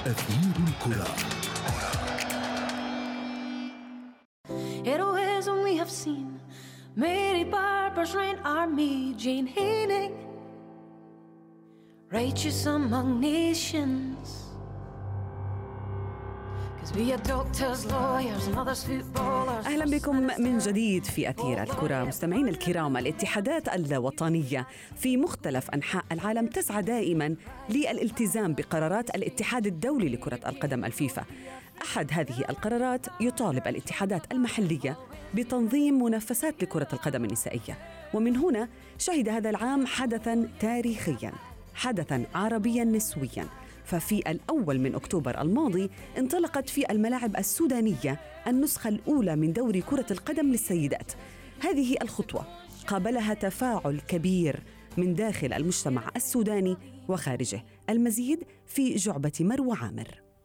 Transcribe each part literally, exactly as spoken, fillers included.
أثير الكرة. Heroism we have seen, Mary Barbara's reign army, Jane Haining, righteous among nations. أهلا بكم من جديد في أثير الكرة. مستمعين الكرام، الاتحادات الوطنية في مختلف أنحاء العالم تسعى دائما للالتزام بقرارات الاتحاد الدولي لكرة القدم الفيفا. أحد هذه القرارات يطالب الاتحادات المحلية بتنظيم منافسات لكرة القدم النسائية، ومن هنا شهد هذا العام حدثا تاريخيا، حدثا عربيا نسويا. ففي الأول من أكتوبر الماضي انطلقت في الملاعب السودانية النسخة الأولى من دوري كرة القدم للسيدات. هذه الخطوة قابلها تفاعل كبير من داخل المجتمع السوداني وخارجه. المزيد في جعبة مروى عامر.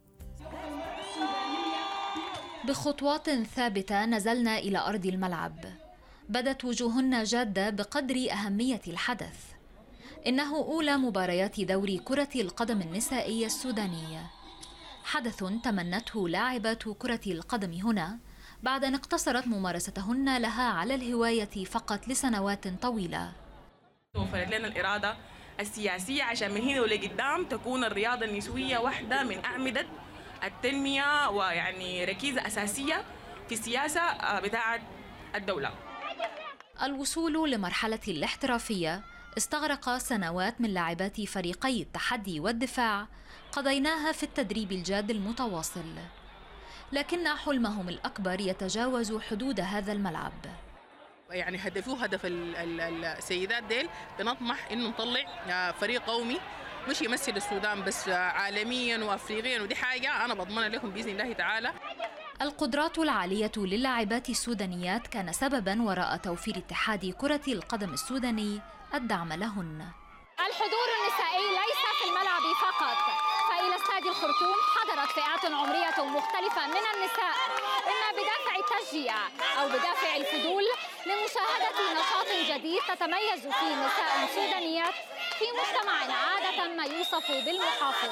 بخطوات ثابتة نزلنا إلى أرض الملعب، بدت وجوهنا جادة بقدر أهمية الحدث. إنه أولى مباريات دوري كرة القدم النسائية السودانية، حدث تمنته لاعبات كرة القدم هنا بعد أن اقتصرت ممارستهن لها على الهواية فقط لسنوات طويلة. وفرت لنا الإرادة السياسية عشان من هنا ولقدام تكون الرياضة النسوية واحدة من أعمدة التنمية، ويعني ركيزة أساسية في السياسة بتاعة الدولة. الوصول لمرحلة الاحترافية استغرق سنوات من لاعبات فريقي التحدي والدفاع قضيناها في التدريب الجاد المتواصل، لكن حلمهم الأكبر يتجاوز حدود هذا الملعب. يعني هدفوه هدف السيدات ديل، بنطمح إنه نطلع فريق قومي مش يمثل السودان بس، عالميا وأفريقيا، ودي حاجة أنا بضمنها لكم بإذن الله تعالى. القدرات العالية للاعبات السودانيات كان سبباً وراء توفير اتحاد كرة القدم السوداني الدعم لهن. الحضور النسائي ليس في الملعب فقط، فإلى استاد الخرطوم حضرت فئات عمرية مختلفة من النساء، إما بدافع التشجيع أو بدافع الفضول لمشاهدة نشاط جديد تتميز فيه نساء سودانيات في مجتمع عادة ما يوصف بالمحافظ.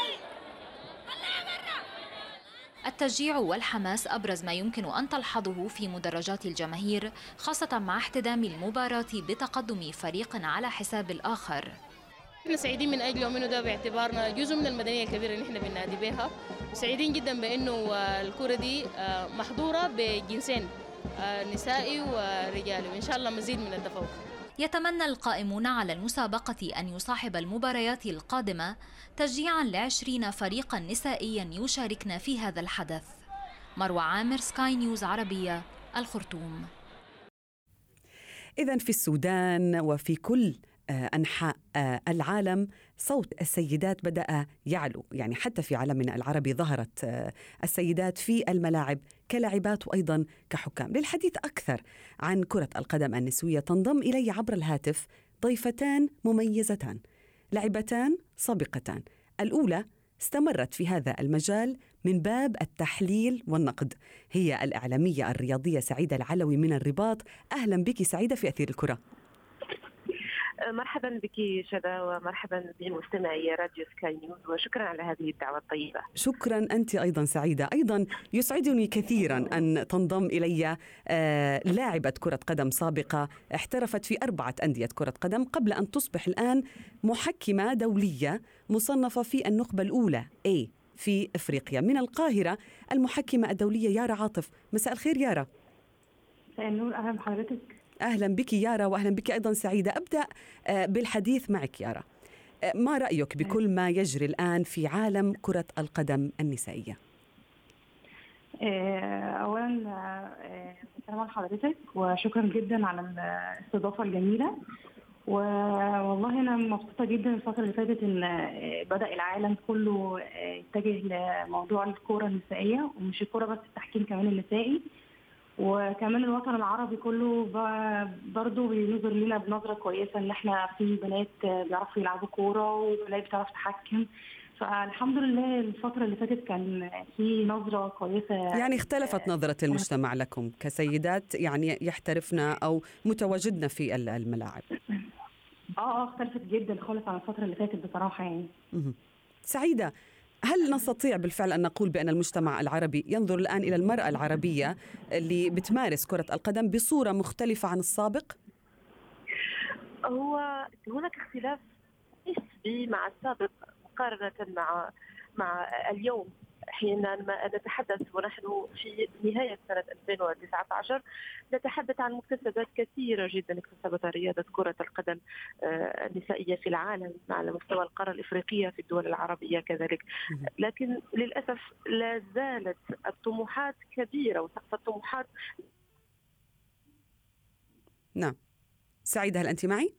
التشجيع والحماس أبرز ما يمكن أن تلحظه في مدرجات الجماهير، خاصة مع احتدام المباراة بتقدم فريق على حساب الآخر. احنا سعيدين من أجله، ومنه ده باعتبارنا جزء من المدنية الكبيرة اللي احنا بننادي بها، وسعيدين جدا بأنه الكرة دي محضورة بجنسين، نسائي ورجالي، وإن شاء الله مزيد من التفوق. يتمنى القائمون على المسابقة أن يصاحب المباريات القادمة تشجيعاً لعشرين فريقاً نسائياً يشاركن في هذا الحدث. مروى عامر، سكاي نيوز عربية، الخرطوم. إذن في السودان وفي كل أنحاء العالم صوت السيدات بدأ يعلو، يعني حتى في عالمنا العربي ظهرت السيدات في الملاعب كلاعبات وأيضا كحكام. للحديث أكثر عن كرة القدم النسوية تنضم إلي عبر الهاتف ضيفتان مميزتان، لاعبتان سابقتان. الأولى استمرت في هذا المجال من باب التحليل والنقد، هي الإعلامية الرياضية سعيدة العلوي من الرباط. أهلا بك سعيدة في أثير الكرة. مرحبا بك شذى، ومرحبا بمستمعي راديو سكاي نيوز، وشكرا على هذه الدعوة الطيبة. شكرا أنت أيضا سعيدة. أيضا يسعدني كثيرا أن تنضم إلي آه لاعبة كرة قدم سابقة احترفت في أربعة أندية كرة قدم قبل أن تصبح الآن محكمة دولية مصنفة في النخبة الأولى A في إفريقيا. من القاهرة المحكمة الدولية يارا عاطف. مساء الخير يارا. مساء النور، أهلا بحضرتك. أهلا بك يارا، وأهلا بك أيضا سعيدة. أبدأ بالحديث معك يارا، ما رأيك بكل ما يجري الآن في عالم كرة القدم النسائية؟ أولا سلام حضرتك، وشكرا جدا على الاستضافة الجميلة. والله أنا مبسوطة جدا الفترة اللي فاتت إن بدأ العالم كله يتجه لموضوع الكرة النسائية، ومش الكرة بس، التحكيم كمان النسائي، وكمان الوطن العربي كله برضو بينظر لنا بنظرة كويسة ان احنا في بنات بيعرفوا يلعبوا كورة وبنات بتعرف تحكم. فالحمد لله الفترة اللي فاتت كان في نظرة كويسة. يعني اختلفت نظرة المجتمع لكم كسيدات يعني يحترفن أو متواجدن في الملاعب؟ اه اه اختلفت جدا خالص عن الفترة اللي فاتت بصراحة يعني. سعيدة، هل نستطيع بالفعل أن نقول بأن المجتمع العربي ينظر الآن إلى المرأة العربية اللي بتمارس كرة القدم بصورة مختلفة عن السابق؟ هو هناك اختلاف نسبي مع السابق مقارنة مع مع اليوم، حينما نتحدث ونحن في نهاية سنة ألفين وتسعة عشر نتحدث عن مكتسبات كثيرة جدا اكتسبتها رياضة كرة القدم النسائية في العالم على مستوى القارة الإفريقية، في الدول العربية كذلك، لكن للأسف لا زالت الطموحات كبيرة وسقف الطموحات. نعم سعيدة، هل أنت معي؟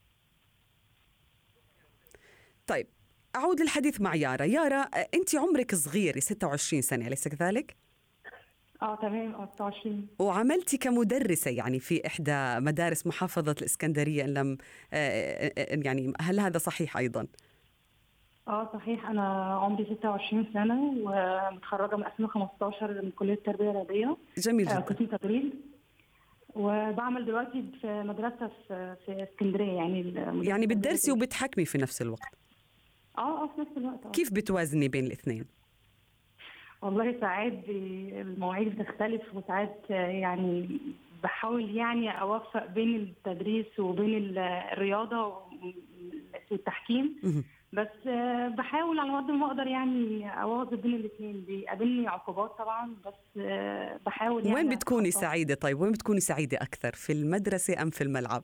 طيب أعود للحديث مع يارا. يارا أنت عمرك صغير، ستة وعشرين سنة أليس كذلك؟ اه تمام، اه ستة وعشرين. وعملتي كمدرسة يعني في إحدى مدارس محافظة الإسكندرية إن لم يعني، هل هذا صحيح أيضا؟ اه صحيح، أنا عمري ستة وعشرين سنة ومتخرجة من ألفين وخمسة عشر من كلية التربية الرياضية، جميل جدا، قسم تدريب، وبعمل دلوقتي في مدرسة في, في اسكندرية. يعني يعني بتدرسي وبتحكمي في نفس الوقت؟ اه اه في نفس الوقت. أوه. كيف بتوازني بين الاثنين؟ والله ساعات المواعيد بتختلف، وساعات يعني بحاول يعني أوفق بين التدريس وبين الرياضة والتحكيم، بس بحاول على قد ما أقدر يعني أوازن بين الاثنين. بيقابلني عقوبات طبعا، بس بحاول يعني. وين بتكوني سعيدة؟ طيب وين بتكوني سعيدة أكثر، في المدرسة أم في الملعب؟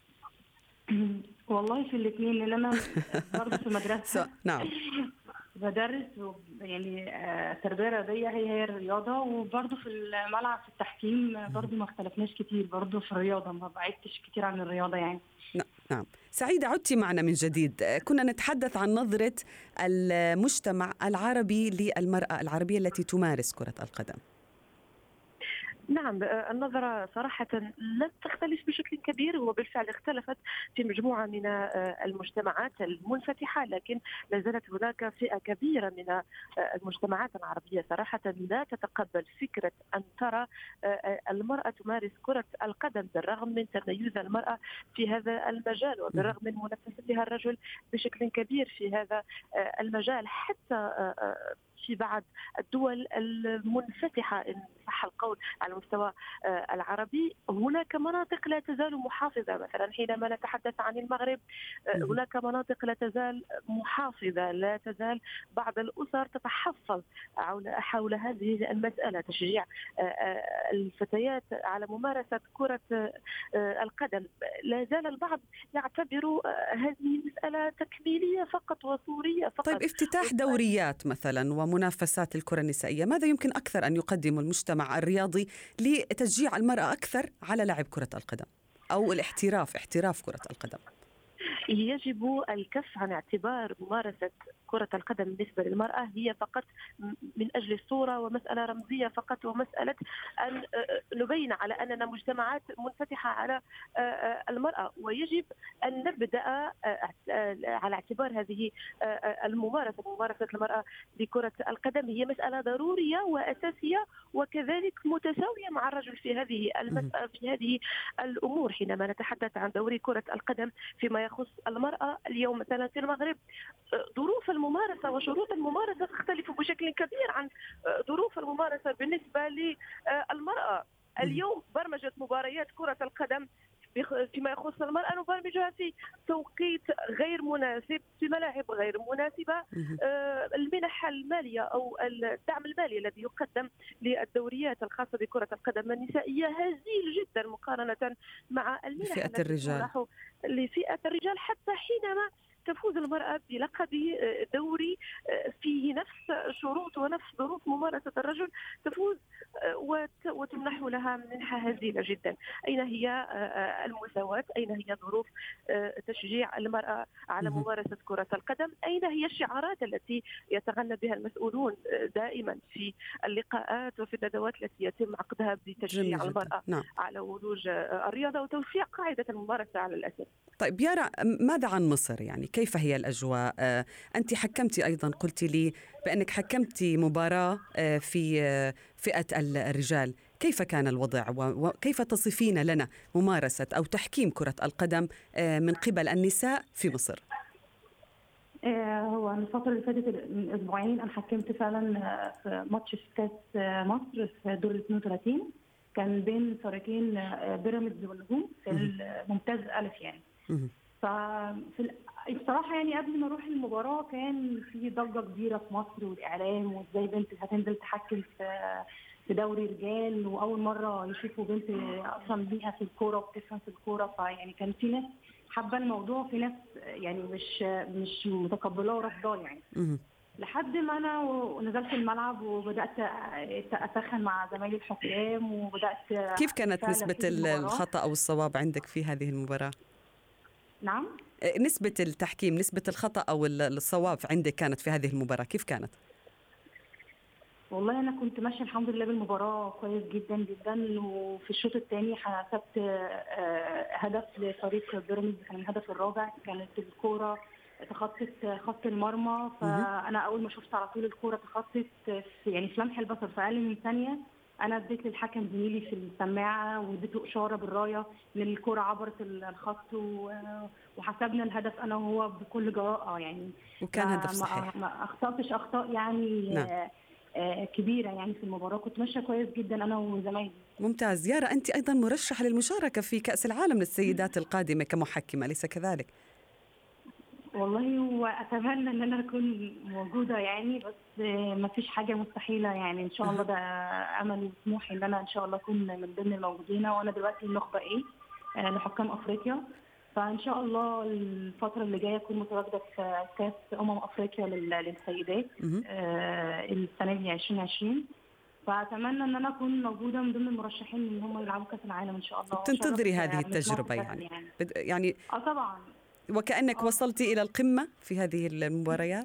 والله في الاثنين، لأن أنا برضه في مدرسة نعم بدرس يعني تربية رياضية، هي هي الرياضة، وبرضه في الملعب في التحكيم برضه ما اختلفناش كتير، برضه في الرياضة ما بعدتش كتير عن الرياضة يعني. نعم سعيدة، عدتي معنا من جديد. كنا نتحدث عن نظرة المجتمع العربي للمرأة العربية التي تمارس كرة القدم. نعم، النظرة صراحة لم تختلف بشكل كبير، وبالفعل اختلفت في مجموعة من المجتمعات المنفتحة، لكن لا زالت هناك فئة كبيرة من المجتمعات العربية صراحة لا تتقبل فكرة أن ترى المرأة تمارس كرة القدم، بالرغم من تميز المرأة في هذا المجال، وبالرغم من منافستها الرجل بشكل كبير في هذا المجال. حتى في بعض الدول المنفتحة إن صح القول على المستوى العربي هناك مناطق لا تزال محافظة. مثلا حينما نتحدث عن المغرب هناك مناطق لا تزال محافظة، لا تزال بعض الأسر تتحفظ حول هذه المسألة، تشجيع الفتيات على ممارسة كرة القدم. لا زال البعض يعتبر هذه المسألة تكميلية فقط وصورية فقط. طيب افتتاح دوريات مثلا ومنافسات الكرة النسائية، ماذا يمكن أكثر أن يقدم المجتمع الرياضي لتشجيع المرأة أكثر على لعب كرة القدم أو الاحتراف احتراف كرة القدم؟ يجب الكف عن اعتبار ممارسة كرة القدم بالنسبة للمرأة هي فقط من أجل الصورة ومسألة رمزية فقط، ومسألة أن نبين على أننا مجتمعات منفتحة على المرأة، ويجب أن نبدأ على اعتبار هذه الممارسة ممارسة المرأة لكرة القدم هي مسألة ضرورية وأساسية، وكذلك متساوية مع الرجل في هذه المسألة في هذه الأمور. حينما نتحدث عن دوري كرة القدم فيما يخص المرأة اليوم مثلا في المغرب، ظروف الممارسة وشروط الممارسة تختلف بشكل كبير عن ظروف الممارسة بالنسبة للمرأة. اليوم برمجة مباريات كرة القدم فيما يخص المرأة نبرمجها في توقيت غير مناسب، في ملاعب غير مناسبة. المنح المالية أو الدعم المالي الذي يقدم للدوريات الخاصة بكرة القدم النسائية هزيل جدا مقارنة مع المنح لفئة الرجال لفئة الرجال حتى حينما تفوز المرأة بلقب دوري فيه نفس شروط ونفس ظروف ممارسة الرجل، تفوز وتمنح لها منحة هزيلة جدا. أين هي المساواة؟ أين هي ظروف تشجيع المرأة على ممارسة كرة القدم؟ أين هي الشعارات التي يتغنى بها المسؤولون دائما في اللقاءات وفي الندوات التي يتم عقدها بتشجيع المرأة نعم. على ولوج الرياضة وتوسيع قاعدة الممارسة على الأسف؟ طيب يارا، ماذا عن مصر؟ يعني كيف هي الأجواء؟ أنت حكمتي أيضا، قلتي لي بأنك حكمتي مباراة في فئة الرجال، كيف كان الوضع وكيف تصفين لنا ممارسة أو تحكيم كرة القدم من قبل النساء في مصر؟ هو أنا الفترة اللي فاتت من أسبوعين أنا حكمت فعلا في ماتش في كأس مصر في دور ال اثنين وثلاثين، كان بين فريقين بيراميدز والنجوم في الممتاز ألف يعني. ففي الصراحة يعني قبل ما أروح المباراة كان في ضجة كبيرة في مصر والإعلام، وإزاي بنت هتنزل تحكم في في دوري رجال، وأول مرة يشوفوا بنت أصلا ليها في الكورة وبتفهم في الكورة. فيعني كان في ناس حابة الموضوع، في ناس يعني مش مش متقبلاه ورافضاه يعني. لحد ما أنا نزلت الملعب وبدأت أسخن مع زمايلي الحكام، وبدأت. كيف كانت نسبة الخطأ أو الصواب عندك في هذه المباراة؟ نعم؟ نسبة التحكيم، نسبة الخطأ أو الصواب عندك كانت في هذه المباراة كيف كانت؟ والله أنا كنت ماشية الحمد لله بالمباراة كويس جدا جدا، وفي الشوط الثاني حسبت هدف لفريق بيراميدز، كان الهدف الرابع، كانت الكورة تخطت خط المرمى، فأنا أول ما شفت على طول الكورة تخطت يعني في لمح البصر في أقل من ثانية. أنا اديت للحكم زميلي في السماعة واديته إشارة بالراية إن الكورة عبرت الخط، وحسبنا الهدف أنا وهو بكل جراءة يعني. وكان هدف صحيح، ما أخطأتش أخطاء يعني نعم. كبيرة يعني في المباراة، كنت ماشية كويس جدا أنا وزمايلي. ممتاز. يارا، أنت أيضا مرشحة للمشاركة في كأس العالم للسيدات القادمة كمحكمة، أليس كذلك؟ والله وأتمنى أن أنا أكون موجودة يعني، بس ما فيش حاجة مستحيلة يعني. إن شاء الله ده أمل وطموحي أن أنا إن شاء الله أكون من ضمن الموجودين، وأنا دلوقتي النخبة إيه لحكام أفريقيا، فإن شاء الله الفترة اللي جاية أكون متواجدة في كأس أمم أفريقيا للسيدات السنة دي عشرين عشرين، فأتمنى أن أنا أكون موجودة من ضمن المرشحين إن هم يلعبوا كأس العالم إن شاء الله. تنتظري هذه التجربة يعني يعني, يعني آه طبعا، وكأنك أوه. وصلتي إلى القمة في هذه المباريات؟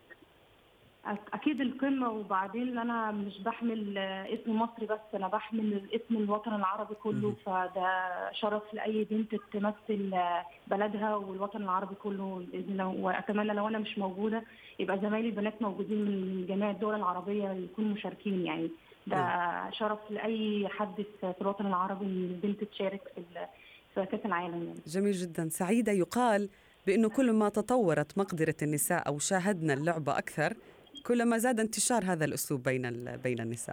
أكيد القمة، وبعدين أنا مش بحمل اسم مصر بس، أنا بحمل اسم الوطن العربي كله، فده شرف لأي بنت تمثل بلدها والوطن العربي كله بإذن الله. وأتمنى لو أنا مش موجودة يبقى زمايلي البنات موجودين من جميع الدول العربية يكونوا مشاركين يعني. ده شرف لأي حد في الوطن العربي إن البنت تشارك في في كأس العالم يعني. جميل جدا. سعيدة، يقال بأنه كل ما تطورت مقدرة النساء أو شاهدنا اللعبة أكثر كلما زاد انتشار هذا الأسلوب بين بين النساء.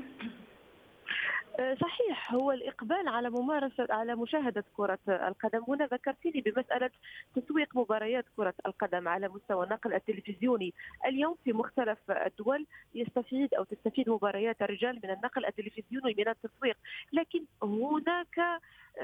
صحيح، هو الإقبال على ممارسة على مشاهدة كرة القدم. هنا ذكرتني بمسألة تسويق مباريات كرة القدم على مستوى النقل التلفزيوني. اليوم في مختلف الدول يستفيد أو تستفيد مباريات الرجال من النقل التلفزيوني من التسويق، لكن هناك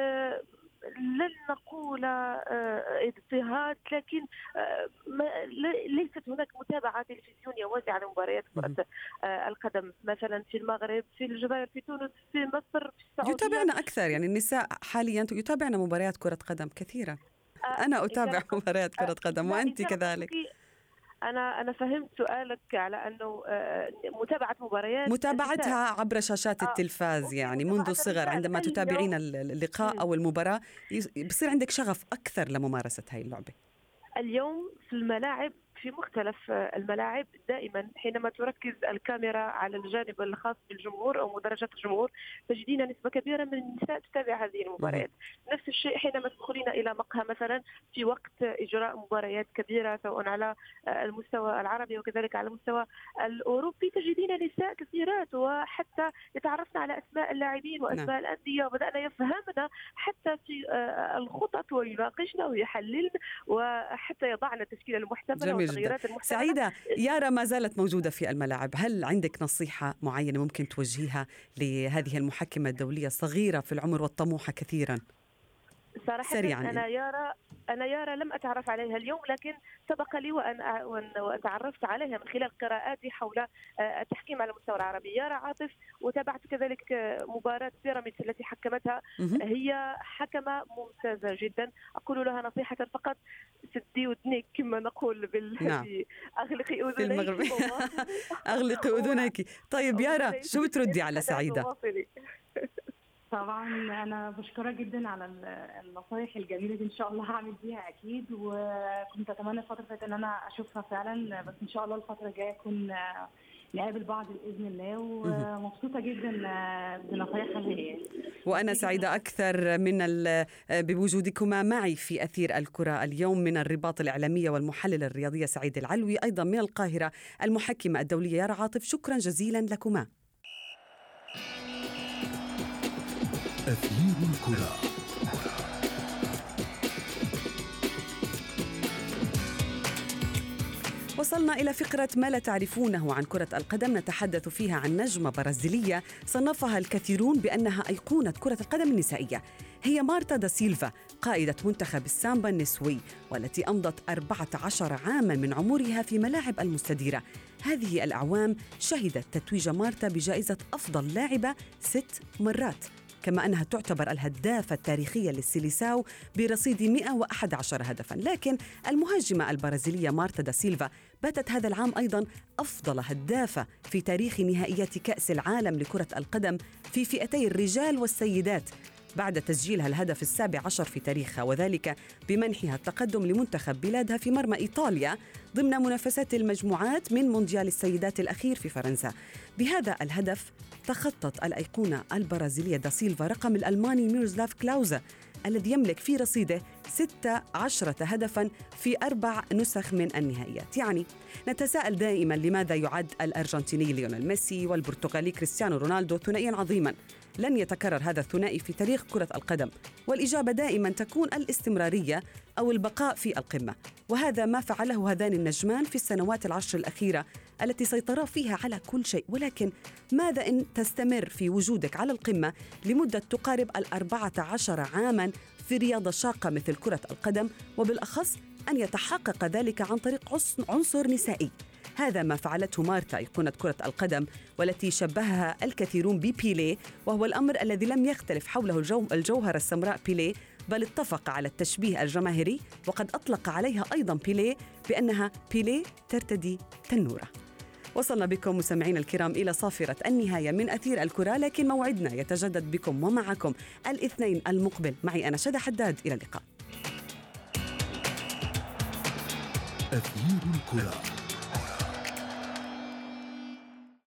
لن نقول اضطهاد، لكن ليست هناك متابعة تلفزيونية واسعة لمباريات كرة القدم، مثلا في المغرب، في الجزائر، في تونس، في مصر، في السعودية. يتابعنا أكثر يعني النساء حاليا، يتابعنا مباريات كرة قدم كثيرة. أنا أتابع مباريات كرة قدم وأنت كذلك. أنا أنا فهمت سؤالك على أنه متابعة مباريات متابعتها عبر شاشات التلفاز يعني منذ الصغر، عندما تتابعين اللقاء أو المباراة بصير عندك شغف أكثر لممارسة هاي اللعبة. اليوم في الملاعب، في مختلف الملاعب، دائما حينما تركز الكاميرا على الجانب الخاص بالجمهور أو مدرجات الجمهور تجدين نسبة كبيرة من النساء تتابع هذه المباريات. نفس الشيء حينما تدخلين إلى مقهى مثلا في وقت إجراء مباريات كبيرة سواء على المستوى العربي وكذلك على المستوى الأوروبي تجدين نساء كثيرات، وحتى يتعرفن على أسماء اللاعبين وأسماء الأندية، وبدأنا يفهمن حتى في الخطط ويناقشن ويحللن وحتى يضعن التشكيلة المحتملة. سعيدة، يارا ما زالت موجودة في الملاعب، هل عندك نصيحة معينة ممكن توجهيها لهذه المحكمة الدولية الصغيرة في العمر والطموحة كثيرا؟ صراحة سريعاً. أنا يارا أنا يارا لم أتعرف عليها اليوم، لكن سبق لي وأن وتعرفت عليها من خلال قراءاتي حول التحكيم على المستوى العربي. يارا عاطف، وتابعت كذلك مباراة بيراميدز التي حكمتها، هي حكمة ممتازة جدا. أقول لها نصيحة فقط: سدي ودنيك كما نقول بالهدي، أغلقي أذنيك. أغلقي أذنيك. طيب يارا، شو بتردي على سعيدة؟ طبعا انا بشكرك جدا على النصايح الجميله دي، ان شاء الله هعمل بيها اكيد، وكنت اتمنى الفتره اللي فاتت ان انا اشوفها فعلا، بس ان شاء الله الفتره الجايه نكون نقابل بعض باذن الله، ومبسوطه جدا بنصايحها هي. وانا سعيده اكثر من بوجودكما معي في اثير الكره اليوم. من الرباط الاعلاميه والمحلله الرياضيه سعيد العلوي، ايضا من القاهره المحكمه الدوليه يارا عاطف، شكرا جزيلا لكما. أثير الكرة. وصلنا إلى فقرة ما لا تعرفونه عن كرة القدم، نتحدث فيها عن نجمة برازيلية صنفها الكثيرون بأنها أيقونة كرة القدم النسائية. هي مارتا دا سيلفا، قائدة منتخب السامبا النسوي، والتي أمضت أربعة عشر عاماً من عمرها في ملاعب المستديرة. هذه الأعوام شهدت تتويج مارتا بجائزة أفضل لاعبة ست مرات، كما أنها تعتبر الهدافة التاريخية للسيليساو برصيد مئة وأحد عشر هدفاً. لكن المهاجمة البرازيلية مارتا دا سيلفا باتت هذا العام أيضاً أفضل هدافة في تاريخ نهائيات كأس العالم لكرة القدم في فئتي الرجال والسيدات، بعد تسجيلها الهدف السابع عشر في تاريخها، وذلك بمنحها التقدم لمنتخب بلادها في مرمى إيطاليا ضمن منافسات المجموعات من مونديال السيدات الأخير في فرنسا. بهذا الهدف تخطت الأيقونة البرازيلية دا سيلفا رقم الألماني ميروسلاف كلاوزا الذي يملك في رصيده ستة عشر هدفاً في أربع نسخ من النهائيات. يعني نتساءل دائماً لماذا يعد الأرجنتيني ليونيل ميسي والبرتغالي كريستيانو رونالدو ثنائياً عظيماً؟ لن يتكرر هذا الثنائي في تاريخ كرة القدم، والإجابة دائماً تكون الاستمرارية أو البقاء في القمة، وهذا ما فعله هذان النجمان في السنوات العشر الأخيرة التي سيطرا فيها على كل شيء. ولكن ماذا إن تستمر في وجودك على القمة لمدة تقارب الأربعة عشر عاماً في رياضة شاقة مثل كرة القدم، وبالأخص أن يتحقق ذلك عن طريق عنصر نسائي؟ هذا ما فعلته مارتا أيقونة كرة القدم، والتي شبهها الكثيرون ببيليه، وهو الأمر الذي لم يختلف حوله الجو الجوهرة السمراء بيليه، بل اتفق على التشبيه الجماهيري، وقد أطلق عليها أيضا بيليه بأنها بيليه ترتدي تنورة. وصلنا بكم مستمعينا الكرام إلى صافرة النهاية من أثير الكرة، لكن موعدنا يتجدد بكم ومعكم الاثنين المقبل. معي أنا شذى حداد، إلى اللقاء. أثير الكرة.